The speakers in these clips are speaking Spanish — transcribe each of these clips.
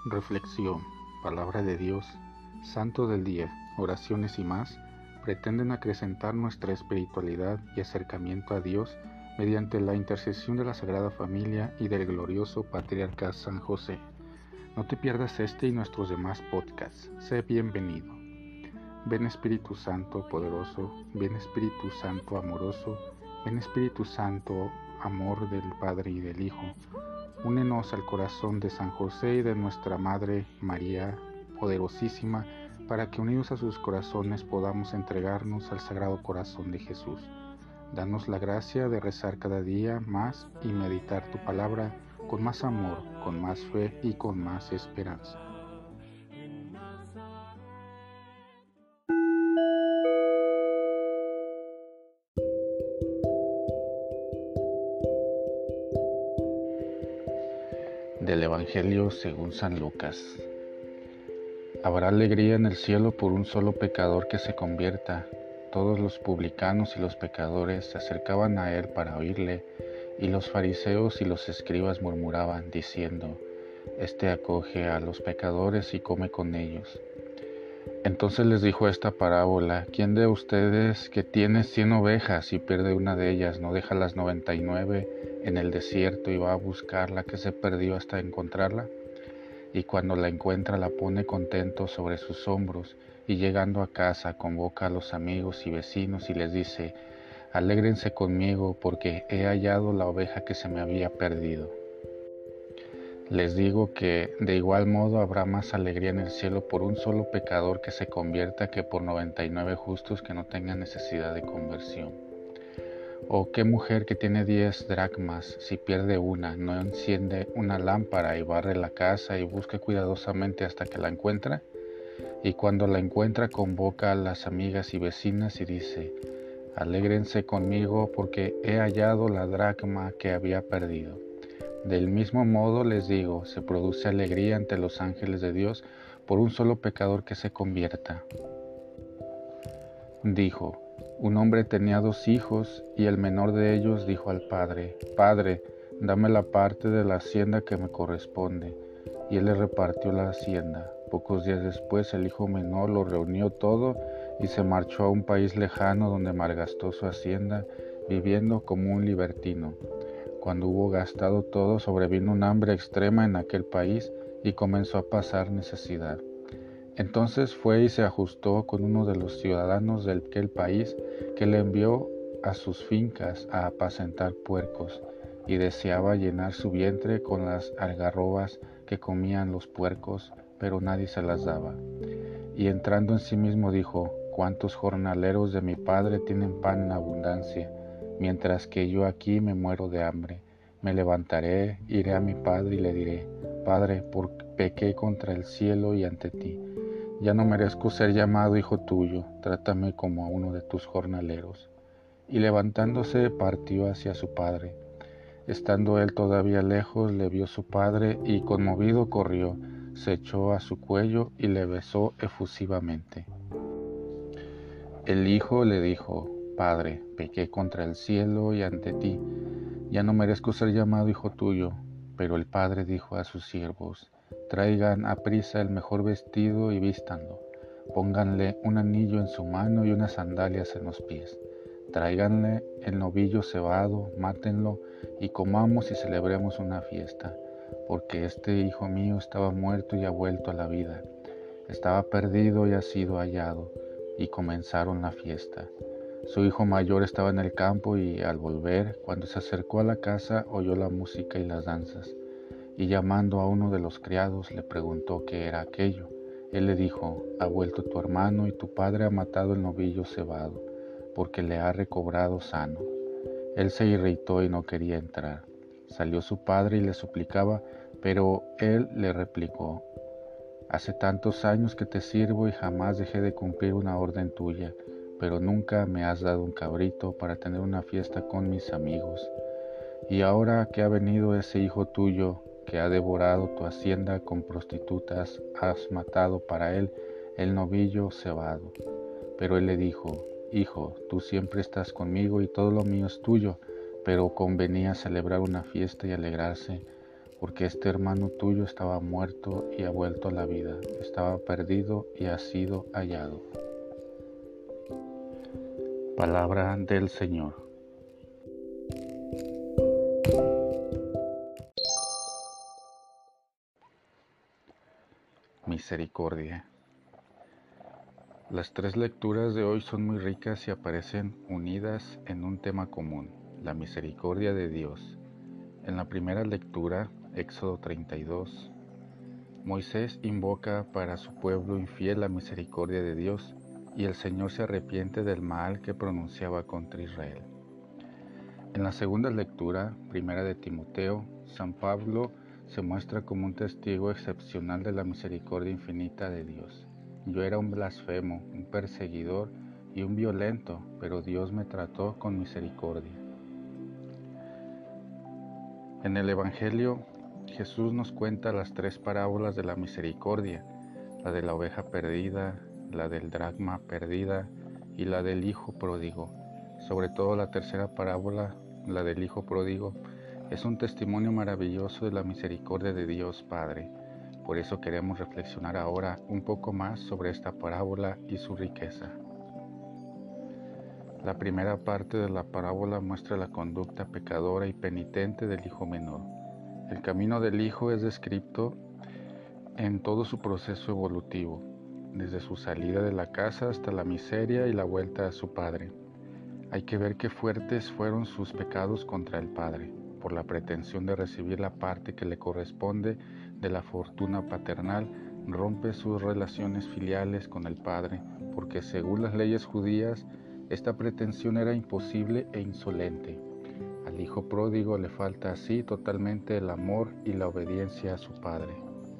Reflexión, palabra de Dios, santo del día, oraciones y más, pretenden acrecentar nuestra espiritualidad y acercamiento a Dios mediante la intercesión de la Sagrada Familia y del glorioso Patriarca San José. No te pierdas este y nuestros demás podcasts. Sé bienvenido. Ven Espíritu Santo poderoso, ven Espíritu Santo amoroso, ven Espíritu Santo, amor del Padre y del Hijo. Únenos al corazón de San José y de nuestra Madre María, poderosísima, para que unidos a sus corazones podamos entregarnos al Sagrado Corazón de Jesús. Danos la gracia de rezar cada día más y meditar tu palabra con más amor, con más fe y con más esperanza. Del Evangelio según San Lucas. Habrá alegría en el cielo por un solo pecador que se convierta. Todos los publicanos y los pecadores se acercaban a él para oírle, y los fariseos y los escribas murmuraban, diciendo: Este acoge a los pecadores y come con ellos. Entonces les dijo esta parábola: ¿Quién de ustedes que tiene 100 ovejas y pierde una de ellas, no deja las 99 en el desierto y va a buscar la que se perdió hasta encontrarla? Y cuando la encuentra la pone contento sobre sus hombros, y llegando a casa convoca a los amigos y vecinos y les dice: Alégrense conmigo porque he hallado la oveja que se me había perdido. Les digo que de igual modo habrá más alegría en el cielo por un solo pecador que se convierta que por 99 justos que no tengan necesidad de conversión. ¿O qué mujer que tiene 10 dracmas, si pierde una, no enciende una lámpara y barre la casa y busca cuidadosamente hasta que la encuentra? Y cuando la encuentra convoca a las amigas y vecinas y dice: Alégrense conmigo porque he hallado la dracma que había perdido. Del mismo modo les digo, se produce alegría ante los ángeles de Dios por un solo pecador que se convierta. Dijo: Un hombre tenía 2 hijos, y el menor de ellos dijo al padre: Padre, dame la parte de la hacienda que me corresponde. Y él le repartió la hacienda. Pocos días después el hijo menor lo reunió todo y se marchó a un país lejano donde malgastó su hacienda, viviendo como un libertino. Cuando hubo gastado todo, sobrevino un hambre extrema en aquel país y comenzó a pasar necesidad. Entonces fue y se ajustó con uno de los ciudadanos de aquel país, que le envió a sus fincas a apacentar puercos, y deseaba llenar su vientre con las algarrobas que comían los puercos, pero nadie se las daba. Y entrando en sí mismo dijo: ¿Cuántos jornaleros de mi padre tienen pan en abundancia, mientras que yo aquí me muero de hambre? Me levantaré, iré a mi padre y le diré: Padre, pequé contra el cielo y ante ti. Ya no merezco ser llamado hijo tuyo, trátame como a uno de tus jornaleros. Y levantándose partió hacia su padre. Estando él todavía lejos, le vio su padre y conmovido corrió, se echó a su cuello y le besó efusivamente. El hijo le dijo: Padre, pequé contra el cielo y ante ti, ya no merezco ser llamado hijo tuyo. Pero el padre dijo a sus siervos: Traigan aprisa el mejor vestido y vístanlo. Pónganle un anillo en su mano y unas sandalias en los pies. Tráiganle el novillo cebado, mátenlo y comamos y celebremos una fiesta. Porque este hijo mío estaba muerto y ha vuelto a la vida. Estaba perdido y ha sido hallado. Y comenzaron la fiesta. Su hijo mayor estaba en el campo y al volver, cuando se acercó a la casa, oyó la música y las danzas. Y llamando a uno de los criados, le preguntó qué era aquello. Él le dijo: Ha vuelto tu hermano y tu padre ha matado el novillo cebado, porque le ha recobrado sano. Él se irritó y no quería entrar. Salió su padre y le suplicaba, pero él le replicó: Hace tantos años que te sirvo y jamás dejé de cumplir una orden tuya, pero nunca me has dado un cabrito para tener una fiesta con mis amigos. Y ahora que ha venido ese hijo tuyo, que ha devorado tu hacienda con prostitutas, has matado para él el novillo cebado. Pero él le dijo: Hijo, tú siempre estás conmigo y todo lo mío es tuyo, pero convenía celebrar una fiesta y alegrarse, porque este hermano tuyo estaba muerto y ha vuelto a la vida, estaba perdido y ha sido hallado. Palabra del Señor. Misericordia. Las tres lecturas de hoy son muy ricas y aparecen unidas en un tema común, la misericordia de Dios. En la primera lectura, Éxodo 32, Moisés invoca para su pueblo infiel la misericordia de Dios y el Señor se arrepiente del mal que pronunciaba contra Israel. En la segunda lectura, primera de Timoteo, San Pablo se muestra como un testigo excepcional de la misericordia infinita de Dios. Yo era un blasfemo, un perseguidor y un violento, pero Dios me trató con misericordia. En el Evangelio, Jesús nos cuenta las tres parábolas de la misericordia, la de la oveja perdida, la del dracma perdida y la del hijo pródigo. Sobre todo la tercera parábola, la del hijo pródigo, es un testimonio maravilloso de la misericordia de Dios Padre. Por eso queremos reflexionar ahora un poco más sobre esta parábola y su riqueza. La primera parte de la parábola muestra la conducta pecadora y penitente del hijo menor. El camino del hijo es descrito en todo su proceso evolutivo, desde su salida de la casa hasta la miseria y la vuelta a su padre. Hay que ver qué fuertes fueron sus pecados contra el padre, por la pretensión de recibir la parte que le corresponde de la fortuna paternal, rompe sus relaciones filiales con el padre, porque según las leyes judías, esta pretensión era imposible e insolente. Al hijo pródigo le falta así totalmente el amor y la obediencia a su padre.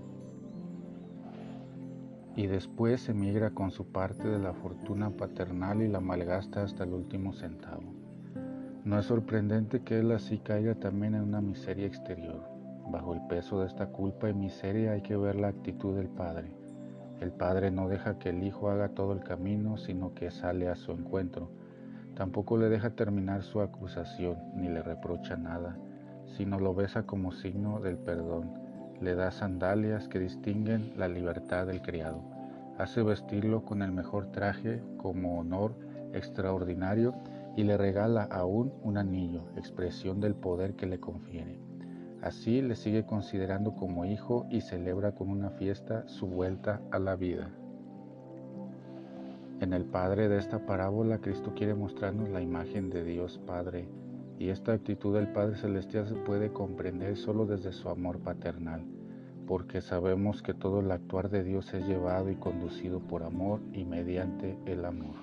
Y después emigra con su parte de la fortuna paternal y la malgasta hasta el último centavo. No es sorprendente que él así caiga también en una miseria exterior. Bajo el peso de esta culpa y miseria hay que ver la actitud del padre. El padre no deja que el hijo haga todo el camino, sino que sale a su encuentro. Tampoco le deja terminar su acusación, ni le reprocha nada, sino lo besa como signo del perdón. Le da sandalias que distinguen la libertad del criado. Hace vestirlo con el mejor traje como honor extraordinario y le regala aún un anillo, expresión del poder que le confiere. Así le sigue considerando como hijo y celebra con una fiesta su vuelta a la vida. En el Padre de esta parábola, Cristo quiere mostrarnos la imagen de Dios Padre, y esta actitud del Padre Celestial se puede comprender solo desde su amor paternal, porque sabemos que todo el actuar de Dios es llevado y conducido por amor y mediante el amor.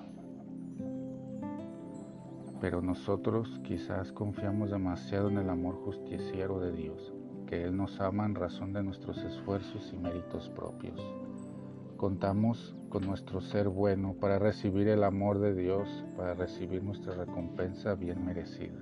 Pero nosotros quizás confiamos demasiado en el amor justiciero de Dios, que Él nos ama en razón de nuestros esfuerzos y méritos propios. Contamos con nuestro ser bueno para recibir el amor de Dios, para recibir nuestra recompensa bien merecida.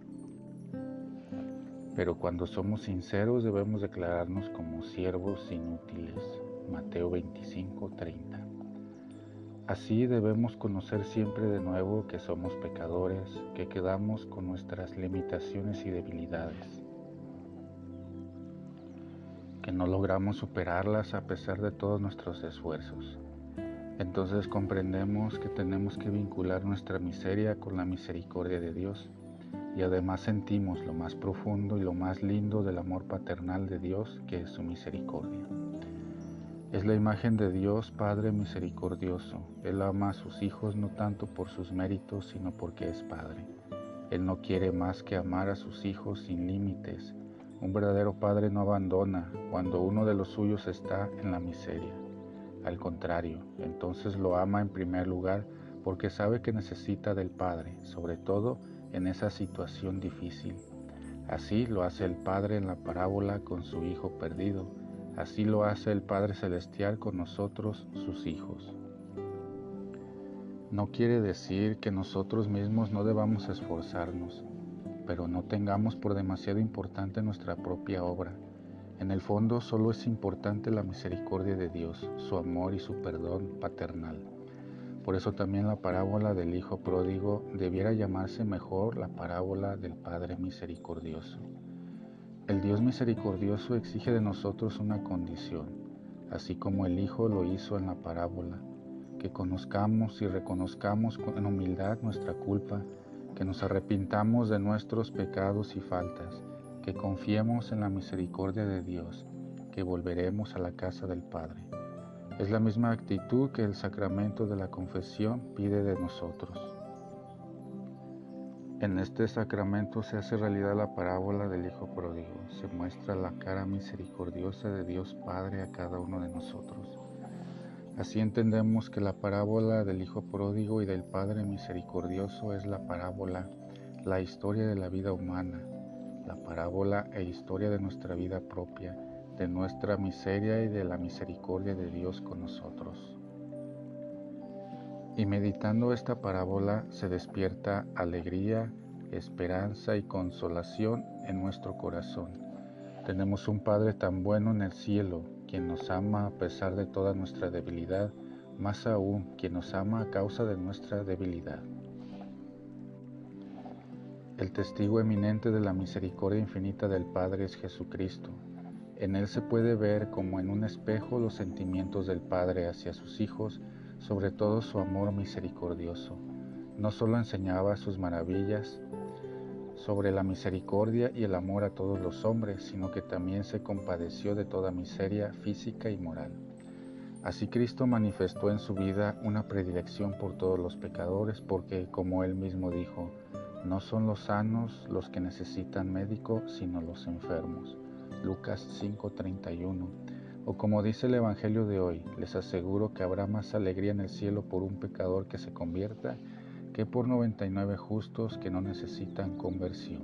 Pero cuando somos sinceros debemos declararnos como siervos inútiles. Mateo 25:30. Así debemos conocer siempre de nuevo que somos pecadores, que quedamos con nuestras limitaciones y debilidades, que no logramos superarlas a pesar de todos nuestros esfuerzos. Entonces comprendemos que tenemos que vincular nuestra miseria con la misericordia de Dios y además sentimos lo más profundo y lo más lindo del amor paternal de Dios, que es su misericordia. Es la imagen de Dios Padre misericordioso. Él ama a sus hijos no tanto por sus méritos, sino porque es Padre. Él no quiere más que amar a sus hijos sin límites. Un verdadero Padre no abandona cuando uno de los suyos está en la miseria. Al contrario, entonces lo ama en primer lugar porque sabe que necesita del Padre, sobre todo en esa situación difícil. Así lo hace el Padre en la parábola con su Hijo perdido. Así lo hace el Padre Celestial con nosotros, sus hijos. No quiere decir que nosotros mismos no debamos esforzarnos, pero no tengamos por demasiado importante nuestra propia obra. En el fondo solo es importante la misericordia de Dios, su amor y su perdón paternal. Por eso también la parábola del Hijo pródigo debiera llamarse mejor la parábola del Padre misericordioso. El Dios misericordioso exige de nosotros una condición, así como el Hijo lo hizo en la parábola, que conozcamos y reconozcamos en humildad nuestra culpa, que nos arrepintamos de nuestros pecados y faltas, que confiemos en la misericordia de Dios, que volveremos a la casa del Padre. Es la misma actitud que el sacramento de la confesión pide de nosotros. En este sacramento se hace realidad la parábola del Hijo Pródigo, se muestra la cara misericordiosa de Dios Padre a cada uno de nosotros. Así entendemos que la parábola del Hijo Pródigo y del Padre Misericordioso es la parábola, la historia de la vida humana, la parábola e historia de nuestra vida propia, de nuestra miseria y de la misericordia de Dios con nosotros. Y meditando esta parábola se despierta alegría, esperanza y consolación en nuestro corazón. Tenemos un Padre tan bueno en el cielo, quien nos ama a pesar de toda nuestra debilidad, más aún, quien nos ama a causa de nuestra debilidad. El testigo eminente de la misericordia infinita del Padre es Jesucristo. En Él se puede ver como en un espejo los sentimientos del Padre hacia sus hijos, sobre todo su amor misericordioso. No solo enseñaba sus maravillas sobre la misericordia y el amor a todos los hombres, sino que también se compadeció de toda miseria física y moral. Así Cristo manifestó en su vida una predilección por todos los pecadores, porque, como Él mismo dijo, no son los sanos los que necesitan médico, sino los enfermos. Lucas 5:31. O como dice el Evangelio de hoy, les aseguro que habrá más alegría en el cielo por un pecador que se convierta que por 99 justos que no necesitan conversión.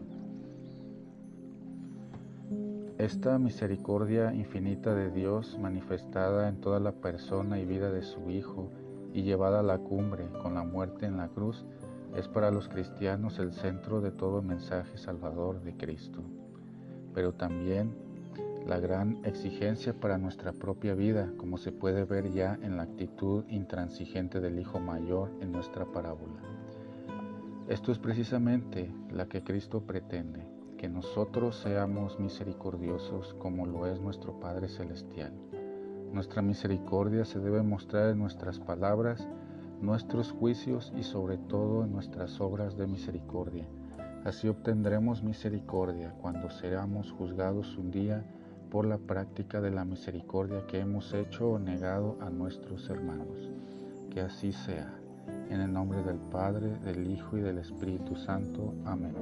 Esta misericordia infinita de Dios, manifestada en toda la persona y vida de su Hijo y llevada a la cumbre con la muerte en la cruz, es para los cristianos el centro de todo mensaje salvador de Cristo, pero también la gran exigencia para nuestra propia vida, como se puede ver ya en la actitud intransigente del Hijo Mayor en nuestra parábola. Esto es precisamente la que Cristo pretende, que nosotros seamos misericordiosos como lo es nuestro Padre Celestial. Nuestra misericordia se debe mostrar en nuestras palabras, nuestros juicios y sobre todo en nuestras obras de misericordia. Así obtendremos misericordia cuando seamos juzgados un día por la práctica de la misericordia que hemos hecho o negado a nuestros hermanos. Que así sea. En el nombre del Padre, del Hijo y del Espíritu Santo. Amén.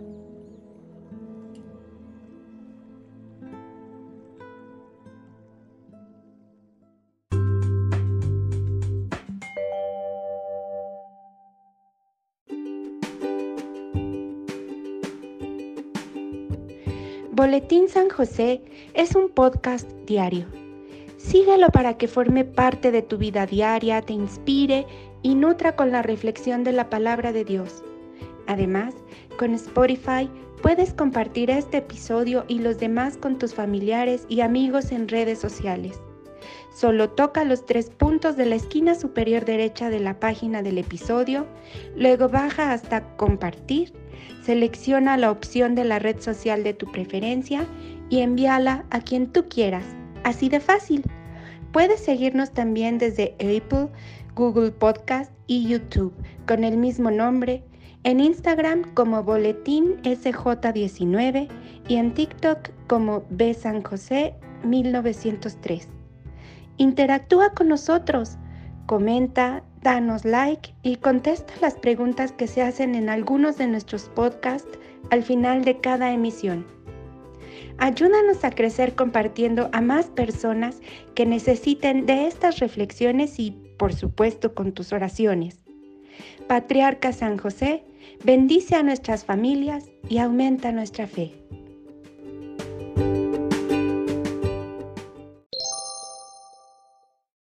Boletín San José es un podcast diario. Síguelo para que forme parte de tu vida diaria, te inspire y nutra con la reflexión de la palabra de Dios. Además, con Spotify puedes compartir este episodio y los demás con tus familiares y amigos en redes sociales. Solo toca los 3 puntos de la esquina superior derecha de la página del episodio, luego baja hasta compartir, selecciona la opción de la red social de tu preferencia y envíala a quien tú quieras. Así de fácil. Puedes seguirnos también desde Apple, Google Podcast y YouTube con el mismo nombre, en Instagram como Boletín SJ19 y en TikTok como bsanjose 1903. Interactúa con nosotros, comenta, danos like y contesta las preguntas que se hacen en algunos de nuestros podcasts al final de cada emisión. Ayúdanos a crecer compartiendo a más personas que necesiten de estas reflexiones y, por supuesto, con tus oraciones. Patriarca San José, bendice a nuestras familias y aumenta nuestra fe.